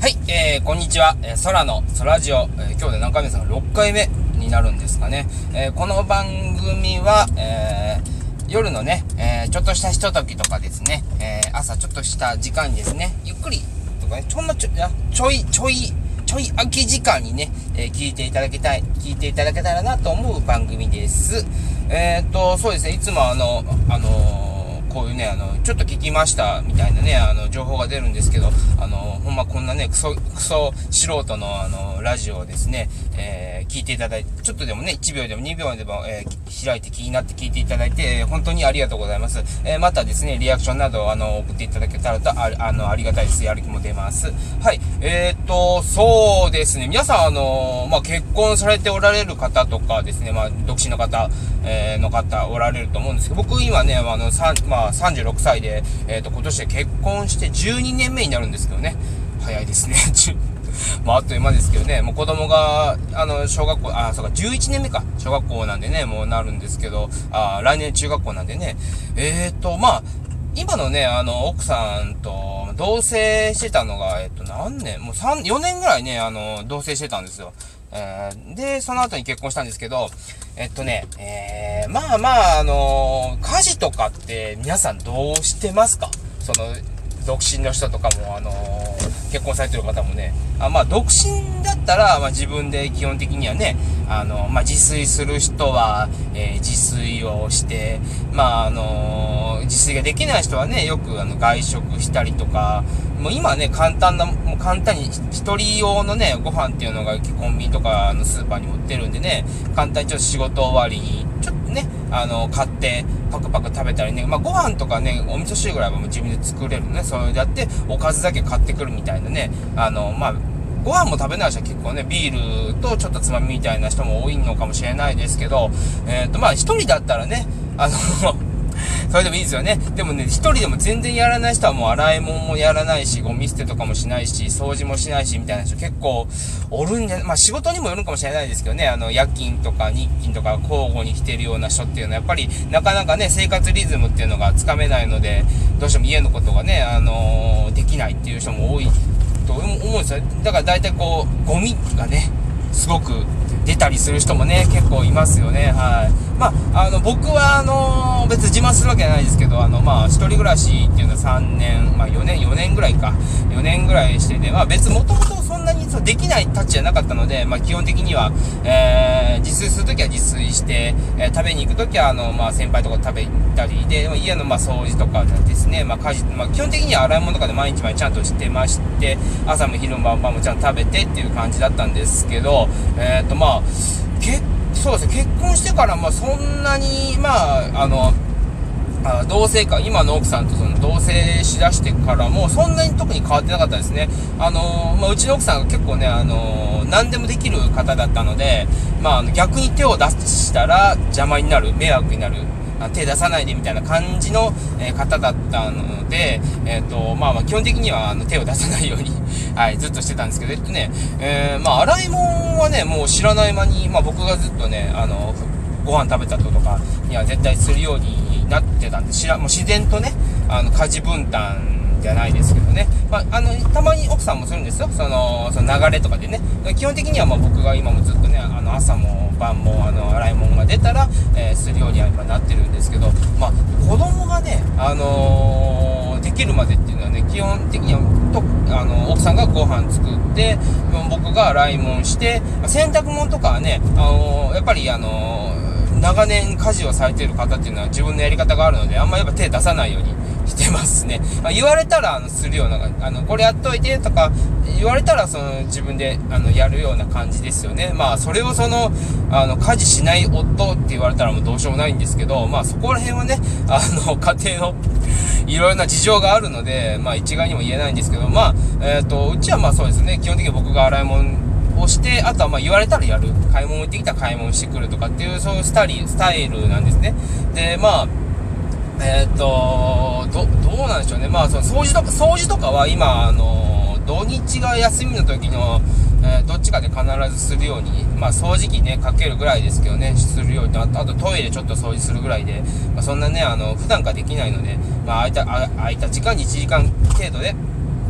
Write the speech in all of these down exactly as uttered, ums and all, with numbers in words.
はい、えー、こんにちは、えー、空の空ジオ、えー、今日で何回目ですか、ろっかいめになるんですかね。えー、この番組は、えー、夜のね、えー、ちょっとしたひとときとかですね、えー、朝ちょっとした時間にですね、ゆっくりとかね、ちょんのちょ、ちょい、ちょい、ちょい空き時間にね、えー、聞いていただきたい、聞いていただけたらなと思う番組です。えーと、そうですね、いつもあの、あのー、こういうね、あの、ちょっと聞きましたみたいなね、あの、情報が出るんですけど、あの、ほんまこんなね、クソ、クソ素人のあの、ラジオをですね、えー、聞いていただいて、ちょっとでもね、いちびょうでもにびょうでも、えー、開いて気になって聞いていただいて、本当にありがとうございます。えー、またですね、リアクションなど、あの、送っていただけたらと、あ、あの、ありがたいです。やる気も出ます。はい。えーと、そうですね、皆さん、あの、まあ、結婚されておられる方とかですね、まあ、独身の方、えー、の方おられると思うんですけど、僕今ね、あの、さん、まあ、さんじゅうろくさいで、えーと、今年で結婚してじゅうにねんめになるんですけどね。早いですね。まあ、あっという間ですけどね、もう子供が、あの、小学校、あ、そうか、じゅういちねんめか。小学校なんでね、もうなるんですけど、あ、来年中学校なんでね。えーと、まあ、今のね、あの、奥さんと同棲してたのが、えっと、何年もうさん、よねんぐらいね、あの、同棲してたんですよ。えー、で、その後に結婚したんですけど、えっとね、えー、まあまあ、あのー、家事とかって皆さんどうしてますか？その、独身の人とかも、あのー、結婚されてる方もね、あ、まあ、独身だったら、まあ自分で基本的にはね、あの、まあ自炊する人は、えー、自炊をして、まああのー、自炊ができない人はね、よくあの、外食したりとか、もう今ね、簡単な、もう簡単に一人用のね、ご飯っていうのがコンビニとかのスーパーに売ってるんでね、簡単にちょっと仕事終わりに、ちょっとね、あの、買って、パクパク食べたりね、まあご飯とかね、お味噌汁ぐらいはもう自分で作れるのね、それでやって、おかずだけ買ってくるみたいなね、あの、まあ、ご飯も食べない人は結構ね、ビールとちょっとつまみみたいな人も多いのかもしれないですけど、えっと、まあ一人だったらね、あの、それでもいいですよね。でもね、一人でも全然やらない人はもう洗い物もやらないし、ゴミ捨てとかもしないし、掃除もしないし、みたいな人結構おるんじゃ、まあ仕事にもよるかもしれないですけどね、あの、夜勤とか日勤とか交互に来てるような人っていうのはやっぱりなかなかね、生活リズムっていうのがつかめないので、どうしても家のことがね、あのー、できないっていう人も多いと思うんですよ。だから大体こう、ゴミがね、すごく出たりする人もね、結構いますよね。はい。まあ、あの、僕は、あの、別に自慢するわけじゃないですけど、あの、まあ、一人暮らしっていうのはさんねん、まあ、よねん、よねんぐらいか。よねんぐらいしてて、まあ、別、もともとそんなにそうできないタッチじゃなかったので、まあ、基本的には、えー、自炊するときは自炊して、えー、食べに行くときは、あの、まあ、先輩とか食べ行ったりで、家の、まあ、掃除とかですね、まあ、家事、まあ、基本的には洗い物とかで毎日毎日ちゃんとしてまして、朝も昼も晩もちゃんと食べてっていう感じだったんですけど、えーっと、まあ、結そうですね、結婚してから、まあ、そんなに、まあ、あの、あ同棲か、今の奥さんとその同棲しだしてからも、そんなに特に変わってなかったですね。あのー、まあ、うちの奥さんが結構ね、あのー、何でもできる方だったので、まあ、あの逆に手を出したら邪魔になる、迷惑になる、手出さないでみたいな感じの、えー、方だったので、えっと、まあまあ基本的にはあの手を出さないようにはい、ずっとしてたんですけど、えっとね、えー、まあ洗い物はね、もう知らない間に、まあ僕がずっとね、あの、ご飯食べた後とかには絶対するようになってたんで、知ら、もう自然とね、あの、家事分担じゃないですけどね。まあ、あの、たまに奥さんもするんですよ。その、その流れとかでね。基本的にはまあ僕が今もずっとね、あの、朝も晩も、あの、洗い物が出たら、えー、するようには今なってるんですけど、まあ、子供がね、あのー、できるまでっていうのはね、基本的には、と、あの、奥さんがご飯作って、僕が洗い物して、洗濯物とかはね、あのー、やっぱりあのー、長年家事をされている方っていうのは自分のやり方があるので、あんまやっぱ手出さないようにしてますね。まあ、言われたらあのするような、あのこれやっといてとか言われたらその自分であのやるような感じですよね。まあそれをそのあの家事しない夫って言われたらもうどうしようもないんですけど、まあそこら辺はね、あの家庭のいろいろな事情があるので、まあ一概にも言えないんですけど、まあえっとうちはまあそうですね、基本的に僕が洗い物をして、あとはまあ言われたらやる、買い物行ってきたら買い物してくるとかっていうそういうスタイルスタイルなんですね。でまあえー、っとどどうなんでしょうね。まあその掃除とか掃除とかは今あの土日が休みの時の、えー、どっちかで必ずするように、まあ掃除機ねかけるぐらいですけどね、するように、あと、あとトイレちょっと掃除するぐらいで、まあ、そんなねあの普段からできないので、まあ空いたあ空いた時間にいちじかん程度で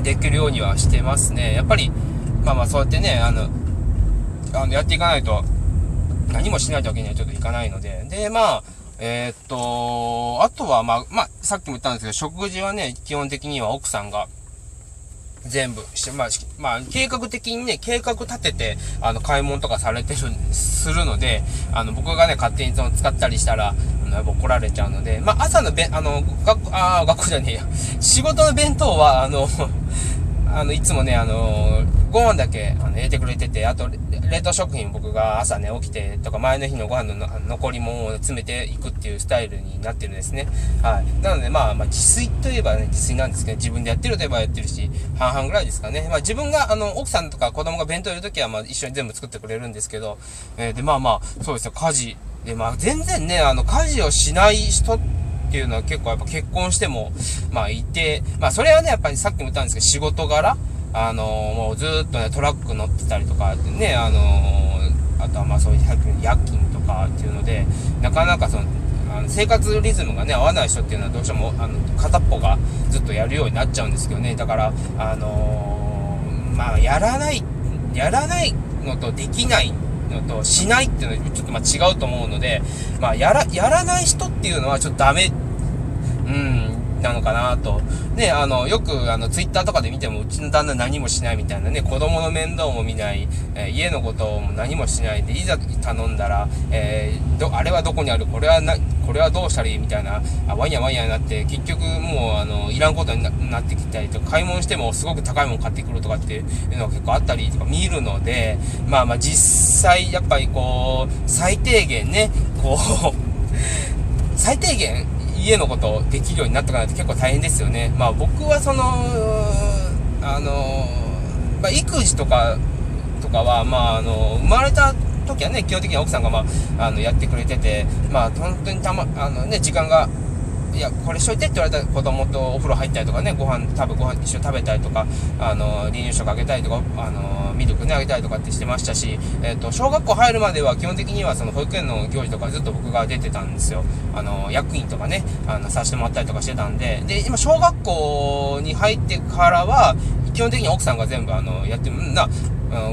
できるようにはしてますね。やっぱり、まあまあそうやってね、あの、あのやっていかないと、何もしないとわけにはちょっといかないので、で、まあ、えー、っと、あとは、まあ、まあ、さっきも言ったんですけど、食事はね、基本的には奥さんが、全部して、まあ、まあ、計画的にね、計画立てて、あの、買い物とかされてる、するので、あの、僕がね、勝手にその使ったりしたら、あの、やっぱ怒られちゃうので、まあ、朝のべ、あの、学校、あー、学校じゃねえや、仕事の弁当は、あの、あの、いつもね、あの、ご飯だけ、あの、入れてくれてて、あと、冷凍食品僕が朝ね、起きて、とか、前の日のご飯のの残り物を詰めていくっていうスタイルになってるんですね。はい。なので、まあ、まあ、自炊といえばね、自炊なんですけど、自分でやってるといえばやってるし、半々ぐらいですかね。まあ、自分が、あの、奥さんとか子供が弁当いるときは、まあ、一緒に全部作ってくれるんですけど、えー、で、まあまあ、そうですよ、家事。で、まあ、全然ね、あの、家事をしない人って、っていうのは結構やっぱ結婚しても、まあいて、まあそれはね、やっぱりさっきも言ったんですけど、仕事柄、あのー、もうずーっとね、トラック乗ってたりとかってね、あのー、あとはまあそういう夜勤とかっていうので、なかなかその、あの生活リズムがね、合わない人っていうのはどうしても、あの、片っぽがずっとやるようになっちゃうんですけどね、だから、あのー、まあやらない、やらないのとできないのとしないっていうのはちょっとまあ違うと思うので、まあやら、やらない人っていうのはちょっとダメ、うん、なのかなと。ね、あの、よくあの、ツイッターとかで見ても、うちの旦那何もしないみたいなね、子供の面倒も見ない、えー、家のことも何もしないで、いざ頼んだら、えー、ど、あれはどこにある、これはな、これはどうしたらいいみたいな、あ、ワイヤワイヤになって、結局もう、あの、いらんことに な, なってきたりとか、買い物してもすごく高いもの買ってくるとかっていうのが結構あったりとか見るので、まあまあ実際、やっぱりこう、最低限ね、こう、最低限、家のことできるようになっとかないと結構大変ですよね。まあ僕はその、あの、まあ育児とか、とかは、まああの、生まれた時はね、基本的には奥さんがまあ、あの、やってくれてて、まあ本当にたま、あのね、時間が、いや、これしといてって言われたら子供とお風呂入ったりとかね、ご飯、多分ご飯一緒に食べたりとか、あの、離乳食あげたりとか、あの、ミルクね、あげたりとかってしてましたし、えっと、小学校入るまでは基本的にはその保育園の行事とかずっと僕が出てたんですよ。あの、役員とかね、あの、させてもらったりとかしてたんで、で、今、小学校に入ってからは、基本的に奥さんが全部あの、やってる、な、うん、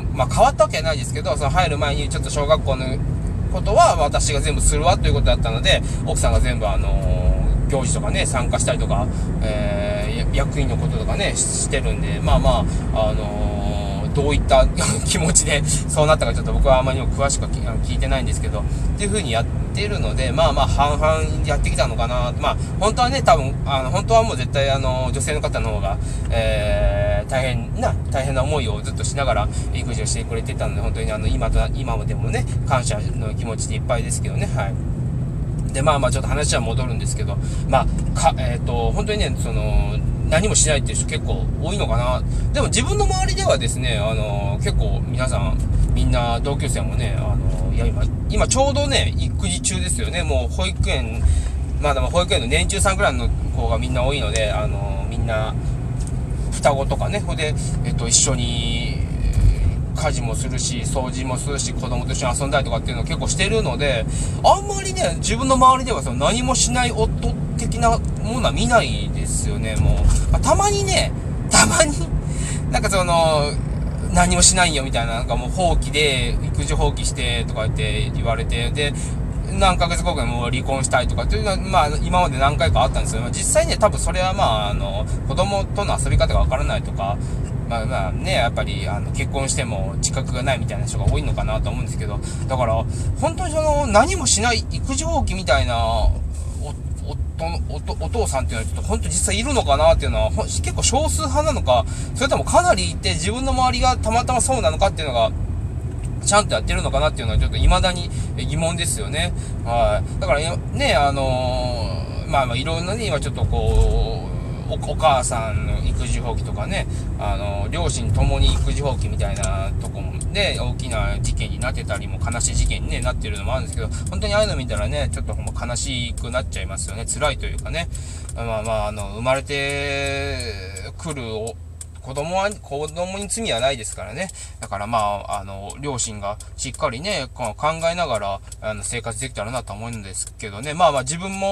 まあ変わったわけはないですけど、その入る前にちょっと小学校のことは私が全部するわということだったので、奥さんが全部あの、行事とかね、参加したりとか、えー、役員のこととかね、してるんで、まあまあ、あのー、どういった気持ちでそうなったかちょっと僕はあまりにも詳しく聞いてないんですけど、っていう風にやってるので、まあまあ半々やってきたのかな。まあ、本当はね、多分、あの、本当はもう絶対あの、女性の方の方が、えー、大変な、大変な思いをずっとしながら育児をしてくれてたので、本当にあの、今と、今でもね、感謝の気持ちでいっぱいですけどね、はい。で、まあまあちょっと話は戻るんですけど、まあ、か、えっと、本当にね、その、何もしないっていう人結構多いのかな。でも自分の周りではですね、あの、結構皆さん、みんな同級生もね、あの、いや今、今ちょうどね、育児中ですよね。もう保育園、まだまあ保育園の年中さんぐらいの子がみんな多いので、あの、みんな、双子とかね、ほんで、えっと、一緒に、家事もするし、掃除もするし、子供と一緒に遊んだりとかっていうのを結構してるので、あんまりね、自分の周りではその何もしない夫的なものは見ないですよね、もう。まあ、たまにね、たまに、なんかその、何もしないよみたいな、なんかもう放棄で、育児放棄してとか言って言われて、で、何ヶ月後かにもう離婚したいとかっていうのは、まあ、今まで何回かあったんですけど、実際ね、多分それはまあ、あの、子供との遊び方がわからないとか、まあまあね、やっぱり、あの、結婚しても自覚がないみたいな人が多いのかなと思うんですけど、だから、本当にその、何もしない育児放棄みたいな、お、夫の、お、お父さんっていうのはちょっと本当実際いるのかなっていうのは、結構少数派なのか、それともかなりいて自分の周りがたまたまそうなのかっていうのが、ちゃんとやってるのかなっていうのはちょっと未だに疑問ですよね。はい。だからね、あのー、まあまあいろんなね、今ちょっとこう、お, お母さんの育児放棄とかね、あの、両親ともに育児放棄みたいなとこもね、大きな事件になってたりも悲しい事件に、ね、なってるのもあるんですけど、本当にああいうの見たらね、ちょっともう悲しくなっちゃいますよね。辛いというかね。まあまあ、あの、生まれてくる子供は、子供に罪はないですからね。だからまあ、あの、両親がしっかりね、考えながら、あの、生活できたらなと思うんですけどね。まあまあ自分も、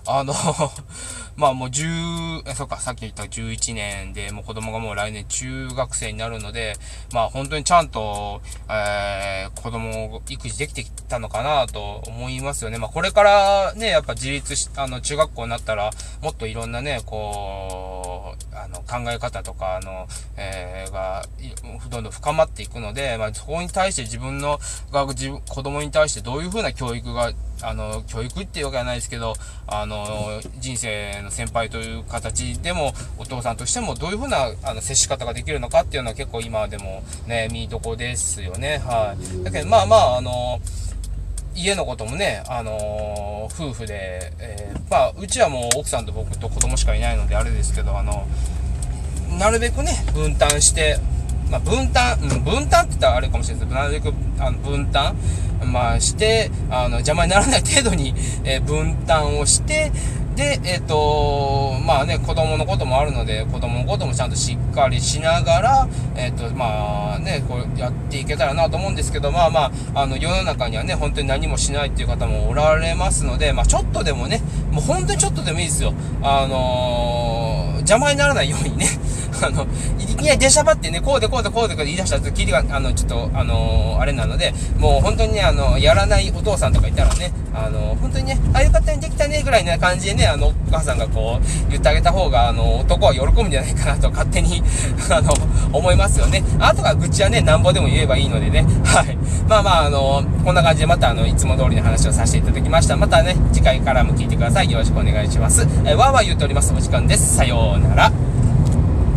あの、まあもうじゅう、え、そうか、さっき言ったじゅういちねんで、もう子供がもう来年中学生になるので、まあ本当にちゃんと、えー、子供育児できてきたのかなと思いますよね。まあこれからね、やっぱ自立し、あの、中学校になったら、もっといろんなね、こう、あの、考え方とか、あの、えー、が、どんどん深まっていくので、まあそこに対して自分の、が、自分、子供に対してどういうふうな教育が、あの、教育っていうわけはないですけど、あの、人生の先輩という形でも、お父さんとしてもどういうふうな、あの、接し方ができるのかっていうのは結構今でも悩みどこですよね。はい。だけど、まあまあ、あの、家のこともね、あのー、夫婦で、えー、まあ、うちはもう奥さんと僕と子供しかいないのであれですけど、あの、なるべくね、分担して、まあ、分担、うん、分担って言ったらあれかもしれないですけど、なるべく、あの、分担、まあ、して、あの、邪魔にならない程度に、えー、分担をして、で、えっと、まあね、子供のこともあるので、子供のこともちゃんとしっかりしながら、えっと、まあね、こうやっていけたらなと思うんですけど、まあまあ、あの、世の中にはね、本当に何もしないっていう方もおられますので、まあちょっとでもね、もう本当にちょっとでもいいですよ。あのー、邪魔にならないようにね、あの、いきなり出しゃばってね、こうでこうでこうでこうで言い出したら、聞いてが、あの、ちょっと、あのー、あれなので、もう本当にね、あの、やらないお父さんとかいたらね、あの、本当にね、あ、よかったね、できたね、ぐらいな感じでね、あの、お母さんがこう、言ってあげた方が、あの、男は喜ぶんじゃないかなと勝手にあの、思いますよね。あとは愚痴はね、なんぼでも言えばいいのでね。はい。まあまあ、あの、こんな感じでまた、あの、いつも通りの話をさせていただきました。またね、次回からも聞いてください。よろしくお願いします。えー、わーわー言っております。お時間です。さようなら。